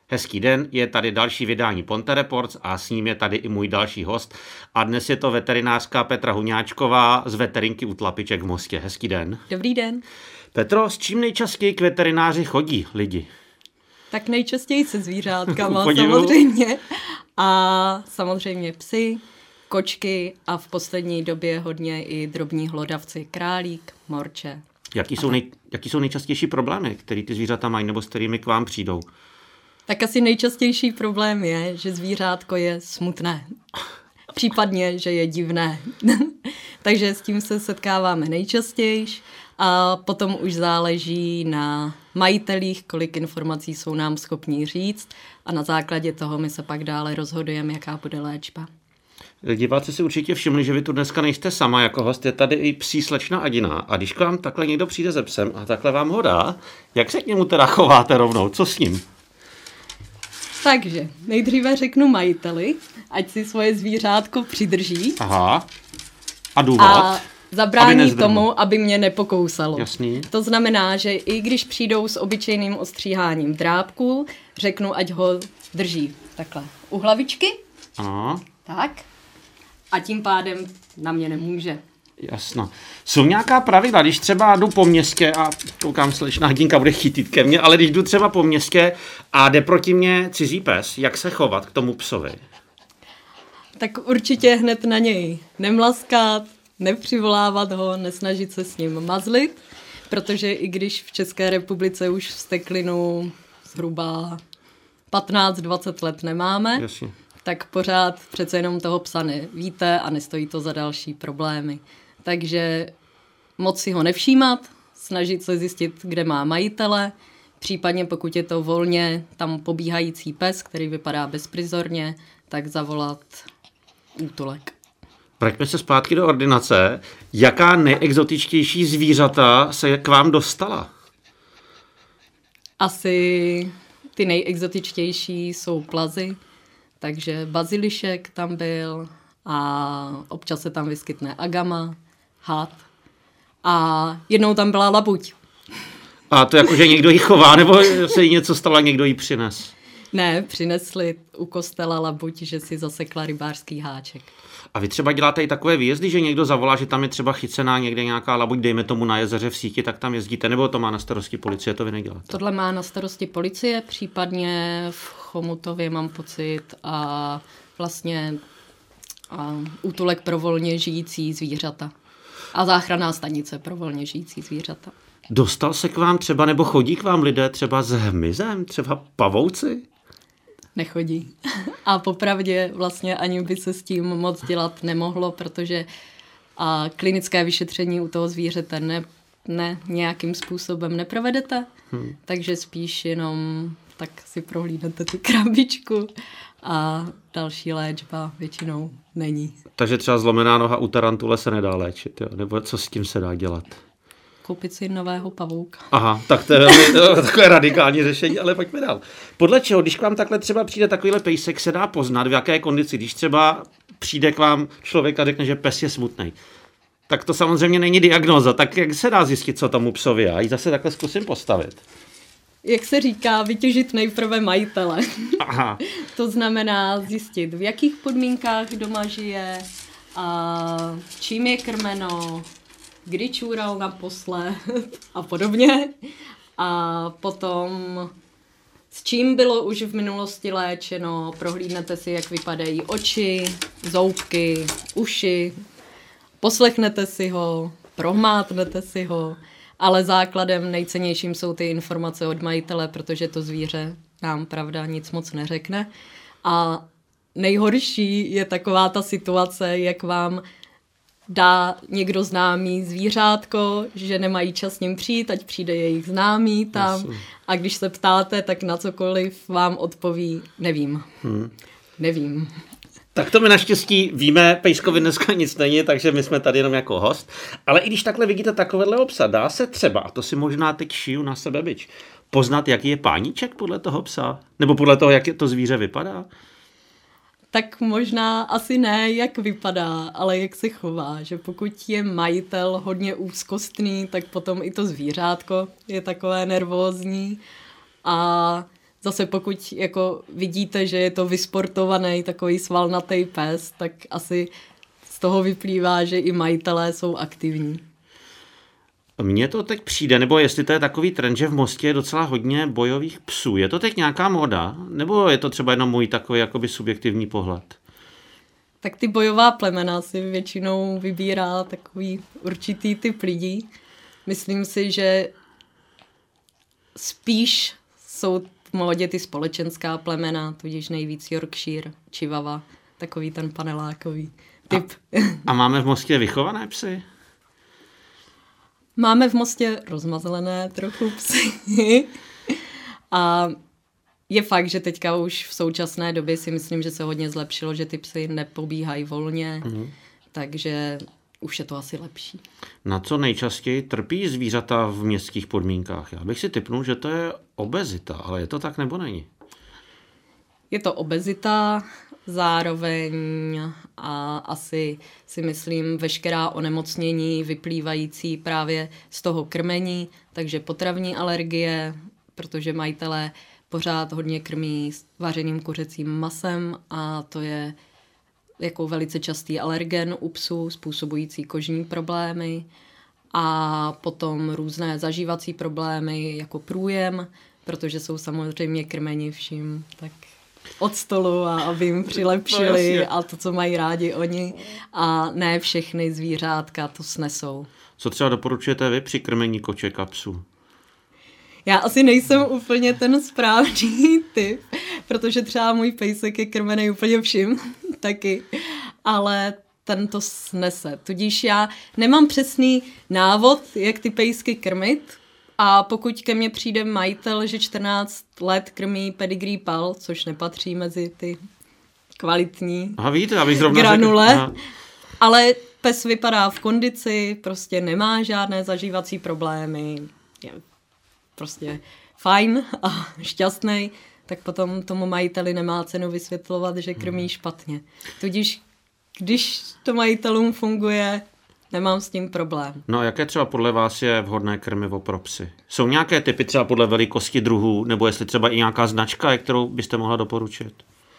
Hezký den, je tady další vydání Ponte Reports a s ním je tady i můj další host. A dnes je to veterinářka Petra Huňáčková z veterinky u Tlapiček v Mostě. Hezký den. Dobrý den. Petro, s čím nejčastěji k veterináři chodí lidi? Tak nejčastěji se zvířátkama samozřejmě. A samozřejmě psy, kočky a v poslední době hodně i drobní hlodavci, králík, morče. Jaký jsou nejčastější problémy, které ty zvířata mají nebo s kterými k vám přijdou? Tak asi nejčastější problém je, že zvířátko je smutné. Případně, že je divné. Takže s tím se setkáváme nejčastěji a potom už záleží na majitelích, kolik informací jsou nám schopní říct a na základě toho my se pak dále rozhodujeme, jaká bude léčba. Diváci si určitě všimli, že vy tu dneska nejste sama jako host, je tady i psí slečna Adina. A když k vám takhle někdo přijde se psem a takhle vám ho dá, jak se k němu teda chováte rovnou? Co s ním? Takže nejdříve řeknu majiteli, ať si svoje zvířátko přidrží. Aha. A důvod? A zabrání tomu, aby mě nepokousalo. Jasný. To znamená, že i když přijdou s obyčejným ostříháním drápků, řeknu, ať ho drží takhle u hlavičky. Ano. Tak. A tím pádem na mě nemůže. Jasno. Jsou nějaká pravidla, když třeba jdu po městě a koukám, slečna Hadinka bude chytit ke mně, ale když jdu třeba po městě a jde proti mně cizí pes, jak se chovat k tomu psovi? Tak určitě hned na něj nemlaskat, nepřivolávat ho, nesnažit se s ním mazlit, protože i když v České republice už vzteklinu zhruba 15-20 let nemáme, Jasně. Tak pořád přece jenom toho psa nevíte a nestojí to za další problémy. Takže moc si ho nevšímat, snažit se zjistit, kde má majitele, případně pokud je to volně tam pobíhající pes, který vypadá bezprizorně, tak zavolat útulek. Vraťme se zpátky do ordinace. Jaká nejexotičtější zvířata se k vám dostala? Asi ty nejexotičtější jsou plazy, takže bazilišek tam byl a občas se tam vyskytne agama, had a jednou tam byla labuť. A to jako, že někdo ji chová, nebo se jí něco stalo a někdo ji přines? Ne, přinesli u kostela labuť, že si zasekla rybářský háček. A vy třeba děláte i takové výjezdy, že někdo zavolá, že tam je třeba chycená někde nějaká labuť, dejme tomu na jezeře v síti, tak tam jezdíte, nebo to má na starosti policie, to vy neděláte? Tohle má na starosti policie, případně v Chomutově mám pocit a vlastně útulek pro volně žijící zvířata a záchranná stanice pro volně žijící zvířata. Dostal se k vám třeba, nebo chodí k vám lidé třeba s hmyzem, třeba pavouci? Nechodí. A popravdě vlastně ani by se s tím moc dělat nemohlo, protože klinické vyšetření u toho zvířete nějakým způsobem neprovedete, takže spíš jenom tak si prohlídnete tu krabičku a další léčba většinou není. Takže třeba zlomená noha u tarantule se nedá léčit, jo? Nebo co s tím se dá dělat? Koupit si nového pavouka. Aha, tak to je takové radikální řešení, ale pojďme dál. Podle čeho, když k vám takhle třeba přijde takovýhle pejsek, se dá poznat, v jaké kondici, když třeba přijde k vám člověk a řekne, že pes je smutný. Tak to samozřejmě není diagnóza, tak jak se dá zjistit, co tomu psovi je? Já ji zase takhle zkusím postavit. Jak se říká, vytěžit nejprve majitele. Aha. To znamená zjistit, v jakých podmínkách doma žije, a čím je krmeno, kdy čůral naposled a podobně. A potom s čím bylo už v minulosti léčeno, prohlídnete si, jak vypadají oči, zoubky, uši, poslechnete si ho, prohmátnete si ho, ale základem nejcennějším jsou ty informace od majitele, protože to zvíře nám, pravda, nic moc neřekne. A nejhorší je taková ta situace, jak vám dá někdo známý zvířátko, že nemají čas s ním přijít, ať přijde jejich známý tam. A když se ptáte, tak na cokoliv vám odpoví, nevím. Nevím. Tak to my naštěstí víme, pejskovi dneska nic není, takže my jsme tady jenom jako host. Ale i když takhle vidíte takovéhle psa, dá se třeba, a to si možná teď šiju na sebe bič, poznat, jaký je páníček podle toho psa? Nebo podle toho, jak to zvíře vypadá? Tak možná asi ne, jak vypadá, ale jak se chová. Že pokud je majitel hodně úzkostný, tak potom i to zvířátko je takové nervózní. A zase pokud jako vidíte, že je to vysportovaný takový svalnatý pes, tak asi z toho vyplývá, že i majitelé jsou aktivní. Mně to teď přijde, nebo jestli to je takový trend, že v Mostě je docela hodně bojových psů. Je to teď nějaká móda? Nebo je to třeba jenom můj takový jakoby subjektivní pohled? Tak ty bojová plemena si většinou vybírá takový určitý typ lidí. Myslím si, že spíš jsou v módě ty společenská plemena, tudíž nejvíc Yorkshire, Chihuahua, takový ten panelákový typ. A máme v Mostě vychované psy? Máme v Mostě rozmazlené trochu psy. A je fakt, že teďka už v současné době si myslím, že se hodně zlepšilo, že ty psy nepobíhají volně, takže už je to asi lepší. Na co nejčastěji trpí zvířata v městských podmínkách? Já bych si tipnul, že to je obezita, ale je to tak nebo není? Je to obezita, zároveň a asi si myslím veškerá onemocnění vyplývající právě z toho krmení, takže potravní alergie, protože majitelé pořád hodně krmí s vařeným kuřecím masem a to je jako velice častý alergen u psů, způsobující kožní problémy a potom různé zažívací problémy jako průjem, protože jsou samozřejmě krmeni vším tak od stolu a aby jim přilepšili a to, co mají rádi oni a ne všechny zvířátka to snesou. Co třeba doporučujete vy při krmení koček a psů? Já asi nejsem úplně ten správný typ, protože třeba můj pejsek je krmený úplně vším taky, ale ten to snese. Tudíž já nemám přesný návod, jak ty pejsky krmit a pokud ke mně přijde majitel, že 14 let krmí pedigree pal, což nepatří mezi ty kvalitní granule, ale pes vypadá v kondici, prostě nemá žádné zažívací problémy, je prostě fajn a šťastný, tak potom tomu majiteli nemá cenu vysvětlovat, že krmí špatně. Tudíž, když to majitelům funguje, nemám s tím problém. No a jaké třeba podle vás je vhodné krmivo pro psy? Jsou nějaké typy třeba podle velikosti druhů, nebo jestli třeba i nějaká značka, kterou byste mohla doporučit?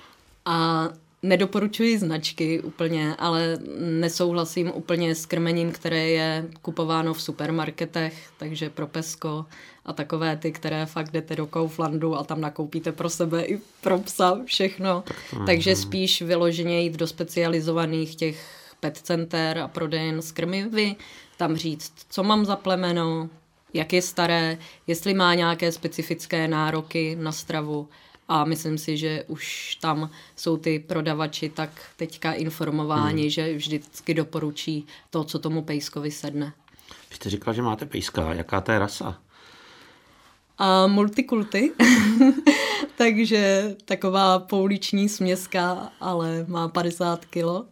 A nedoporučuji značky úplně, ale nesouhlasím úplně s krmením, které je kupováno v supermarketech, takže pro pesko a takové ty, které fakt jdete do Kauflandu a tam nakoupíte pro sebe i pro psa všechno. Takže spíš vyloženě jít do specializovaných těch pet center a prodejen s krmivy, tam říct, co mám za plemeno, jak je staré, jestli má nějaké specifické nároky na stravu. A myslím si, že už tam jsou ty prodavači tak teďka informováni, že vždycky doporučí to, co tomu pejskovi sedne. Vy jste říkala, že máte pejska. Jaká to je rasa? A multikulty. Takže taková pouliční směska, ale má 50 kilo.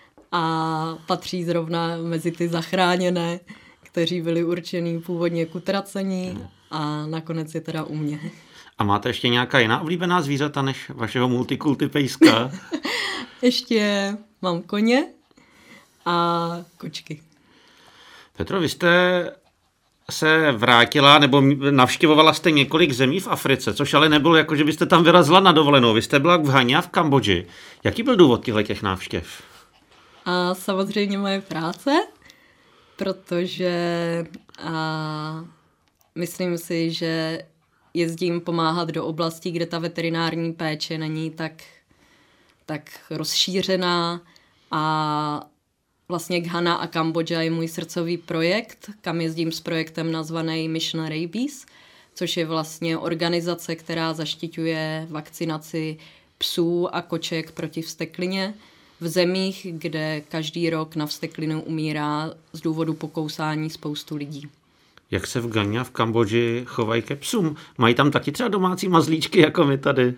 A patří zrovna mezi ty zachráněné, kteří byli určený původně k utracení a nakonec je teda u mě. A máte ještě nějaká jiná oblíbená zvířata než vašeho multikulty pejska? Ještě mám koně a kočky. Petro, vy jste se vrátila nebo navštěvovala jste několik zemí v Africe, což ale nebylo jako, že byste tam vyrazila na dovolenou. Vy jste byla v Ghaně a v Kambodži. Jaký byl důvod těch návštěv? A samozřejmě moje práce, protože myslím si, že jezdím pomáhat do oblasti, kde ta veterinární péče není tak rozšířená a vlastně Ghana a Kambodža je můj srdcový projekt, kam jezdím s projektem nazvaný Mission Rabies, což je vlastně organizace, která zaštiťuje vakcinaci psů a koček proti vzteklině v zemích, kde každý rok na vzteklinu umírá z důvodu pokousání spoustu lidí. Jak se v Ghaně a v Kambodži chovají ke psům? Mají tam taky třeba domácí mazlíčky, jako my tady?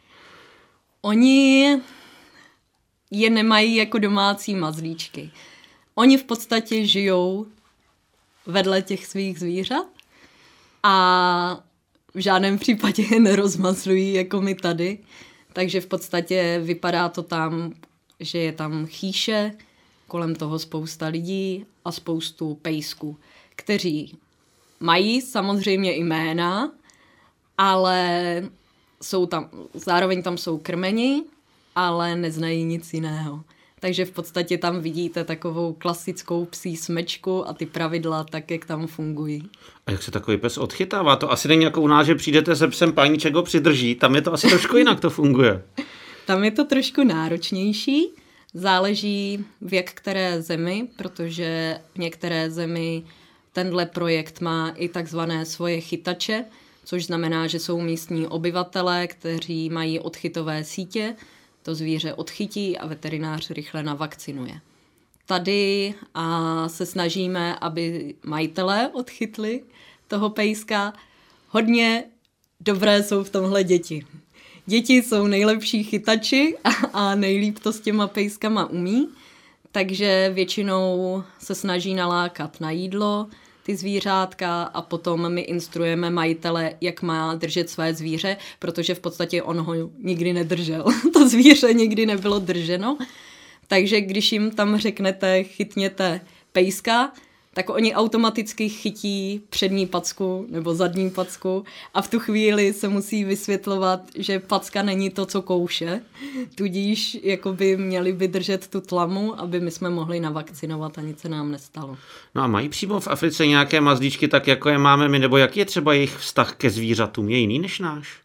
Oni je nemají jako domácí mazlíčky. Oni v podstatě žijou vedle těch svých zvířat a v žádném případě je nerozmazlují jako my tady. Takže v podstatě vypadá to tam, že je tam chýše, kolem toho spousta lidí a spoustu pejsků, kteří mají samozřejmě jména, ale zároveň tam jsou krmeni, ale neznají nic jiného. Takže v podstatě tam vidíte takovou klasickou psí smečku a ty pravidla tak, jak tam fungují. A jak se takový pes odchytává? To asi není jako u nás, že přijdete se psem, páníček ho přidrží. Tam je to asi trošku jinak to funguje. Tam je to trošku náročnější. Záleží v jak které zemi, protože v některé zemi tenhle projekt má i takzvané svoje chytače, což znamená, že jsou místní obyvatelé, kteří mají odchytové sítě, to zvíře odchytí a veterinář rychle navakcinuje. Tady se snažíme, aby majitelé odchytli toho pejska. Hodně dobré jsou v tomhle děti. Děti jsou nejlepší chytači a nejlíp to s těma pejskama umí, takže většinou se snaží nalákat na jídlo ty zvířátka a potom my instruujeme majitele, jak má držet své zvíře, protože v podstatě on ho nikdy nedržel. To zvíře nikdy nebylo drženo. Takže když jim tam řeknete, chytněte pejska, tak oni automaticky chytí přední packu nebo zadní packu a v tu chvíli se musí vysvětlovat, že packa není to, co kouše. Tudíž jakoby měli by držet tu tlamu, aby my jsme mohli navakcinovat a nic se nám nestalo. No a mají přímo v Africe nějaké mazlíčky tak, jako je máme my, nebo jaký je třeba jejich vztah ke zvířatům? Je jiný než náš?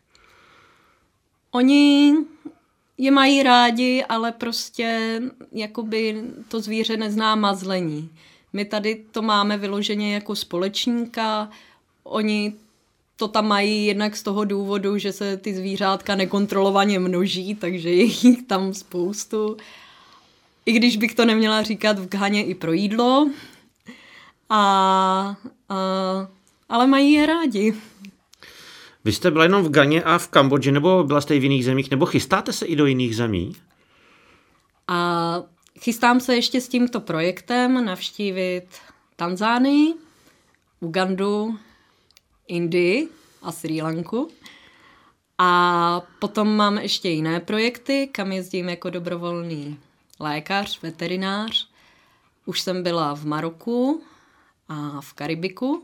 Oni je mají rádi, ale prostě jakoby to zvíře nezná mazlení. My tady to máme vyloženě jako společníka, oni to tam mají jednak z toho důvodu, že se ty zvířátka nekontrolovaně množí, takže je jich tam spoustu. I když bych to neměla říkat v Ghaně i pro jídlo, ale mají je rádi. Vy jste byla jenom v Ghaně a v Kambodži, nebo byla jste i v jiných zemích, nebo chystáte se i do jiných zemí? Chystám se ještě s tímto projektem navštívit Tanzánii, Ugandu, Indii a Srí Lanku. A potom mám ještě jiné projekty, kam jezdím jako dobrovolný lékař, veterinář. Už jsem byla v Maroku a v Karibiku.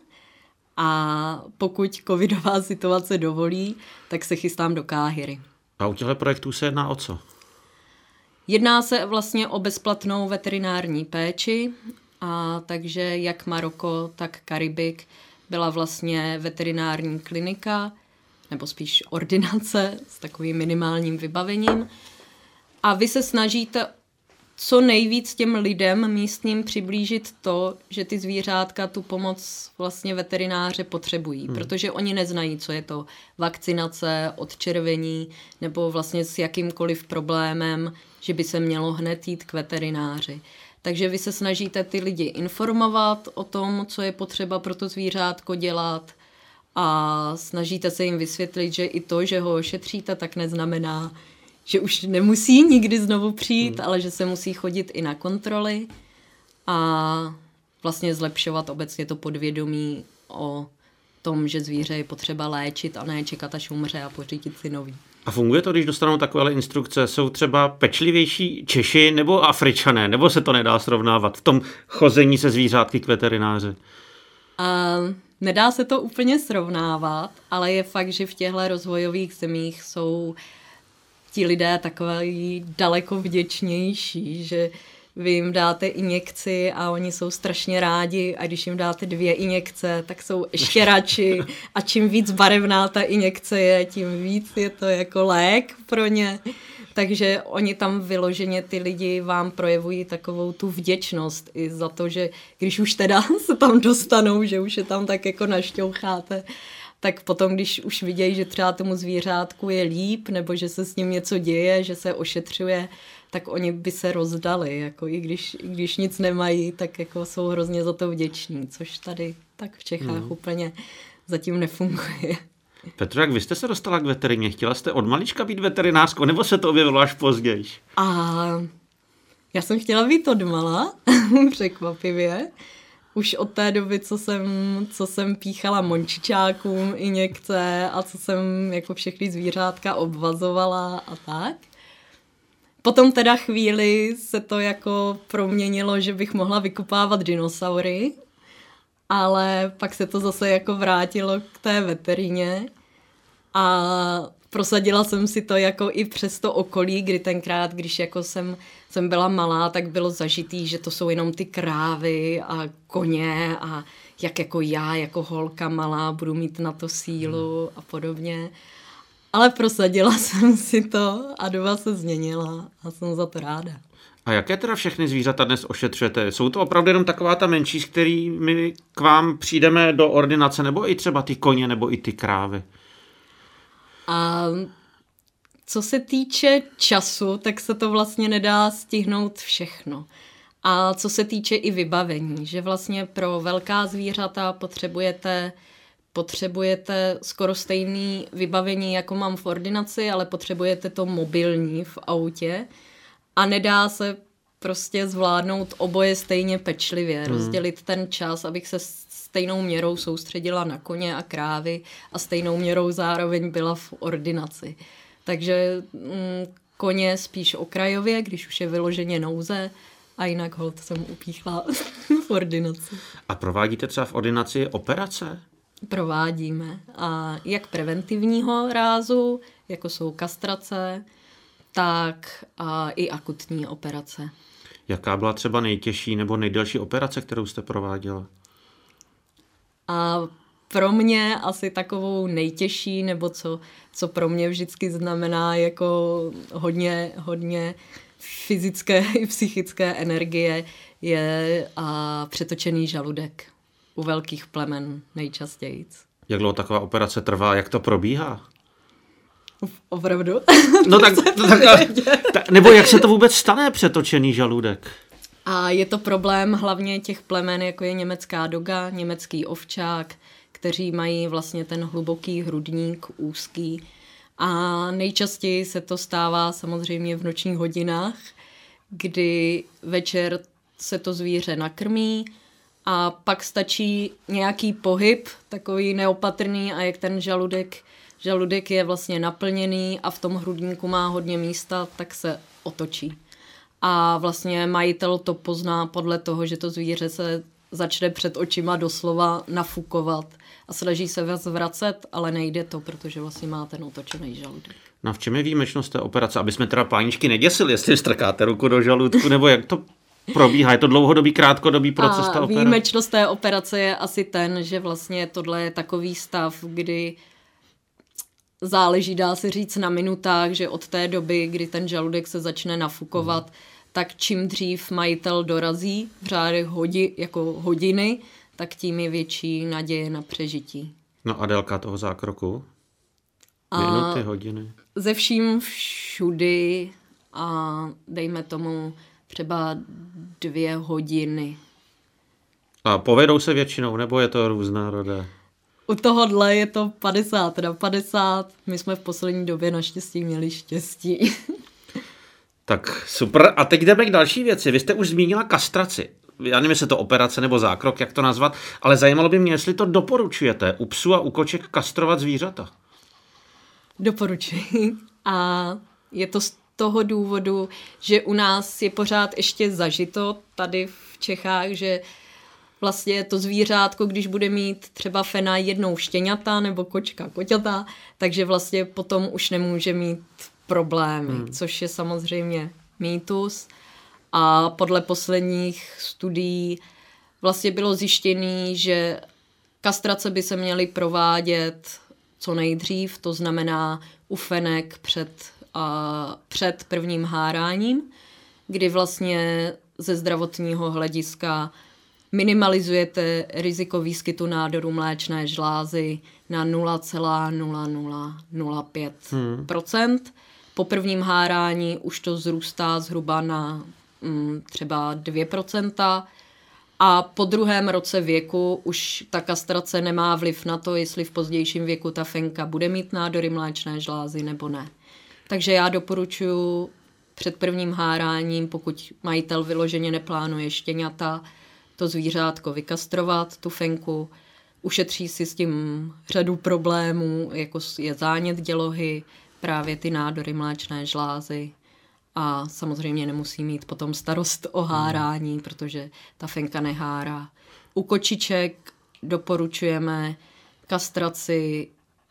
A pokud covidová situace dovolí, tak se chystám do Káhiry. A u těchto projektů se jedná o co? Jedná se vlastně o bezplatnou veterinární péči, a takže jak Maroko, tak Karibik byla vlastně veterinární klinika, nebo spíš ordinace s takovým minimálním vybavením. A vy se snažíte co nejvíc těm lidem místním přiblížit to, že ty zvířátka tu pomoc vlastně veterináře potřebují, protože oni neznají, co je to vakcinace, odčervení nebo vlastně s jakýmkoliv problémem, že by se mělo hned jít k veterináři. Takže vy se snažíte ty lidi informovat o tom, co je potřeba pro to zvířátko dělat a snažíte se jim vysvětlit, že i to, že ho ošetříte, tak neznamená, že už nemusí nikdy znovu přijít, ale že se musí chodit i na kontroly a vlastně zlepšovat obecně to podvědomí o tom, že zvíře je potřeba léčit a ne čekat, až umře a pořídit si nový. A funguje to, když dostanou takovéhle instrukce? Jsou třeba pečlivější Češi nebo Afričané? Nebo se to nedá srovnávat v tom chození se zvířátky k veterináři? Nedá se to úplně srovnávat, ale je fakt, že v těchto rozvojových zemích jsou ti lidé takový daleko vděčnější, že vy jim dáte injekci a oni jsou strašně rádi a když jim dáte 2 injekce, tak jsou ještě radši a čím víc barevná ta injekce je, tím víc je to jako lék pro ně. Takže oni tam vyloženě ty lidi vám projevují takovou tu vděčnost i za to, že když už teda se tam dostanou, že už je tam tak jako našťoucháte, tak potom, když už vidějí, že třeba tomu zvířátku je líp, nebo že se s ním něco děje, že se ošetřuje, tak oni by se rozdali, jako i když nic nemají, tak jako jsou hrozně za to vděční, což tady tak v Čechách úplně zatím nefunguje. Petro, jak vy jste se dostala k veterině? Chtěla jste od malička být veterinářkou, nebo se to objevilo až později? Já jsem chtěla být odmala, překvapivě. Už od té doby, co jsem píchala mončičákům injekce a co jsem jako všechny zvířátka obvazovala a tak. Potom teda chvíli se to jako proměnilo, že bych mohla vykopávat dinosaury, ale pak se to zase jako vrátilo k té veterině a prosadila jsem si to jako i přes to okolí, kdy tenkrát, když jako jsem byla malá, tak bylo zažitý, že to jsou jenom ty krávy a koně a jak jako já, jako holka malá, budu mít na to sílu a podobně. Ale prosadila jsem si to a doba se změnila a jsem za to ráda. A jaké teda všechny zvířata dnes ošetřujete? Jsou to opravdu jenom taková ta menší, s kterými k vám přijdeme do ordinace, nebo i třeba ty koně, nebo i ty krávy? A co se týče času, tak se to vlastně nedá stihnout všechno. A co se týče i vybavení, že vlastně pro velká zvířata potřebujete skoro stejné vybavení, jako mám v ordinaci, ale potřebujete to mobilní v autě a nedá se prostě zvládnout oboje stejně pečlivě, rozdělit ten čas, abych se stejnou měrou soustředila na koně a krávy a stejnou měrou zároveň byla v ordinaci. Takže koně spíš okrajově, když už je vyloženě nouze, a jinak holt jsem upíchla v ordinaci. A provádíte třeba v ordinaci operace? Provádíme. A jak preventivního rázu, jako jsou kastrace, tak a i akutní operace. Jaká byla třeba nejtěžší nebo nejdelší operace, kterou jste prováděla? A pro mě asi takovou nejtěžší, nebo co pro mě vždycky znamená jako hodně fyzické i psychické energie, je přetočený žaludek. U velkých plemen nejčastěji. Jak dlouho taková operace trvá, jak to probíhá? Opravdu? No tak nebo jak se to vůbec stane, přetočený žaludek? A je to problém hlavně těch plemen, jako je německá doga, německý ovčák, kteří mají vlastně ten hluboký hrudník, úzký. A nejčastěji se to stává samozřejmě v nočních hodinách, kdy večer se to zvíře nakrmí a pak stačí nějaký pohyb, takový neopatrný, a jak ten žaludek je vlastně naplněný a v tom hrudníku má hodně místa, tak se otočí. A vlastně majitel to pozná podle toho, že to zvíře se začne před očima doslova nafukovat a snaží se vás vracet, ale nejde to, protože vlastně má ten otočený žaludek. No v čem je výjimečnost té operace? Aby jsme teda páničky neděsili, jestli strkáte ruku do žaludku, nebo jak to probíhá? Je to dlouhodobý, krátkodobý proces ta operace? Výjimečnost té operace je asi ten, že vlastně tohle je takový stav, kdy záleží, dá se říct, na minutách, že od té doby, kdy ten žaludek se začne nafukovat, tak čím dřív majitel dorazí v řádech hodiny, tak tím je větší naděje na přežití. No a délka toho zákroku? Minuty, hodiny? Ze vším všudy a dejme tomu třeba 2 hodiny. A povedou se většinou, nebo je to různorodé? U tohohle je to 50/50. My jsme v poslední době naštěstí měli štěstí. Tak super. A teď jdeme k další věci. Vy jste už zmínila kastraci. Já nevím, jestli to operace nebo zákrok, jak to nazvat, ale zajímalo by mě, jestli to doporučujete u psů a u koček kastrovat zvířata. Doporučuji. A je to z toho důvodu, že u nás je pořád ještě zažito tady v Čechách, že vlastně to zvířátko, když bude mít třeba fena jednou štěňata nebo kočka koťata, takže vlastně potom už nemůže mít problémy, což je samozřejmě mýtus. A podle posledních studií vlastně bylo zjištěné, že kastrace by se měly provádět co nejdřív, to znamená u fenek před prvním háráním, kdy vlastně ze zdravotního hlediska minimalizujete riziko výskytu nádoru mléčné žlázy na 0,0005%. Po prvním hárání už to zrůstá zhruba na třeba 2%. A po 2. roce věku už ta kastrace nemá vliv na to, jestli v pozdějším věku ta fenka bude mít nádory mléčné žlázy nebo ne. Takže já doporučuji před prvním háráním, pokud majitel vyloženě neplánuje štěňata, to zvířátko vykastrovat, tu fenku. Ušetří si s tím řadu problémů, jako je zánět dělohy, právě ty nádory mléčné žlázy. A samozřejmě nemusí mít potom starost o hárání, protože ta fenka nehárá. U kočiček doporučujeme kastraci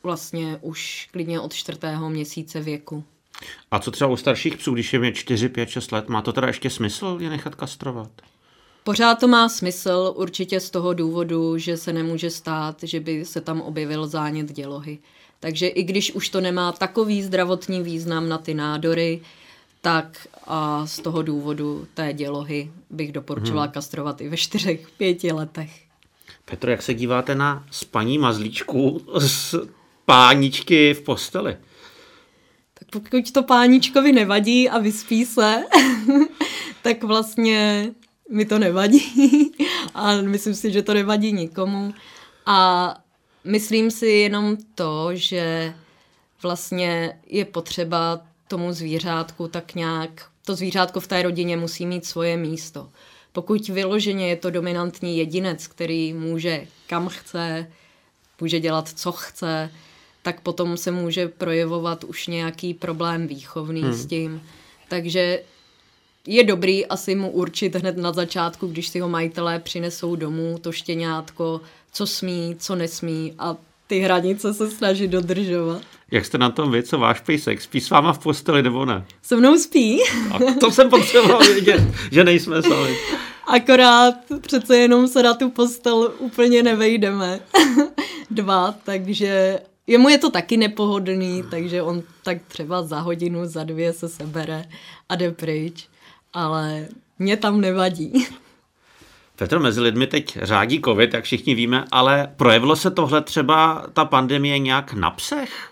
vlastně už klidně od 4. měsíce věku. A co třeba u starších psů, když je mě 4, 5, 6 let, má to teda ještě smysl je nechat kastrovat? Pořád to má smysl, určitě z toho důvodu, že se nemůže stát, že by se tam objevil zánět dělohy. Takže i když už to nemá takový zdravotní význam na ty nádory, tak a z toho důvodu té dělohy bych doporučila kastrovat i ve 4, 5 letech. Petro, jak se díváte na spaní mazlíčku z páničky v posteli? Tak pokud to páničkovi nevadí a vyspí se, tak vlastně mi to nevadí. A myslím si, že to nevadí nikomu. A myslím si jenom to, že vlastně je potřeba tomu zvířátku tak nějak, to zvířátko v té rodině musí mít svoje místo. Pokud vyloženě je to dominantní jedinec, který může kam chce, může dělat co chce, tak potom se může projevovat už nějaký problém výchovný s tím. Takže je dobrý asi mu určit hned na začátku, když si ho majitelé přinesou domů, to štěňátko, co smí, co nesmí a ty hranice se snaží dodržovat. Jak jste na tom vy, co váš pejsek? Spí s váma v posteli nebo ne? Se mnou spí. A to jsem potřeboval vědět, že nejsme sami. Akorát přece jenom se na tu postel úplně nevejdeme. 2, takže jemu je to taky nepohodlný, takže on tak třeba za hodinu, za 2 se sebere a jde pryč. Ale mě tam nevadí. Petro, mezi lidmi teď řádí covid, jak všichni víme, ale projevilo se tohle třeba ta pandemie nějak na psech?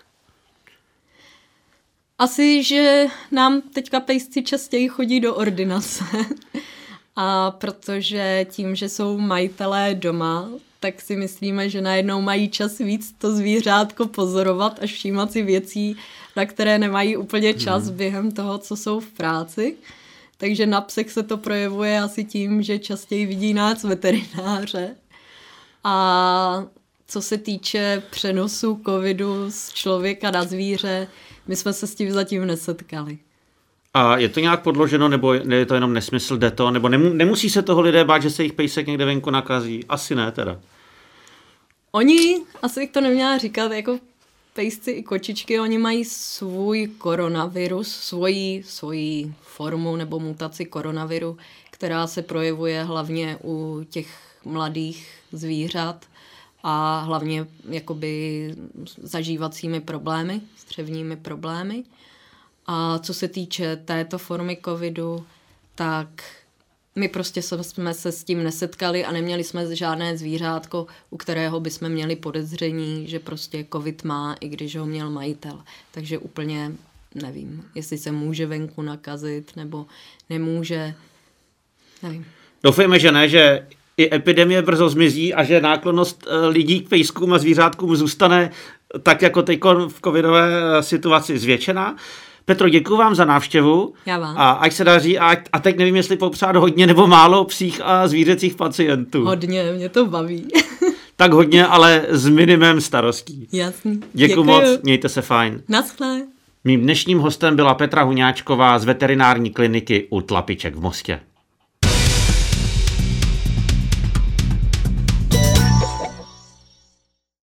Asi, že nám teďka pejsci častěji chodí do ordinace. A protože tím, že jsou majitelé doma, tak si myslíme, že najednou mají čas víc to zvířátko pozorovat a všímat si věcí, na které nemají úplně čas během toho, co jsou v práci. Takže na psech se to projevuje asi tím, že častěji vidí nás veterináře. A co se týče přenosu covidu z člověka na zvíře, my jsme se s tím zatím nesetkali. A je to nějak podloženo, nebo je to jenom nesmysl, jde to, nebo nemusí se toho lidé bát, že se jich pejsek někde venku nakazí? Asi ne teda. Oni, asi bych to neměla říkat, jako pejsci i kočičky, oni mají svůj koronavirus, svoji formu nebo mutaci koronaviru, která se projevuje hlavně u těch mladých zvířat a hlavně jakoby zažívacími problémy, střevními problémy. A co se týče této formy covidu, tak my prostě jsme se s tím nesetkali a neměli jsme žádné zvířátko, u kterého bychom měli podezření, že prostě covid má, i když ho měl majitel. Takže úplně nevím, jestli se může venku nakazit nebo nemůže. Nevím. Doufejme, že ne, že i epidemie brzo zmizí a že náklonnost lidí k pejskům a zvířátkům zůstane tak jako teď v covidové situaci zvětšená. Petro, děkuji vám za návštěvu. Já vám. A ať se daří, a teď nevím, jestli popřát hodně nebo málo psích a zvířecích pacientů. Hodně, mě to baví. Tak hodně, ale s minimem starostí. Jasný. Děkuji moc, mějte se fajn. Naschle. Mým dnešním hostem byla Petra Huňáčková z veterinární kliniky u Tlapiček v Mostě.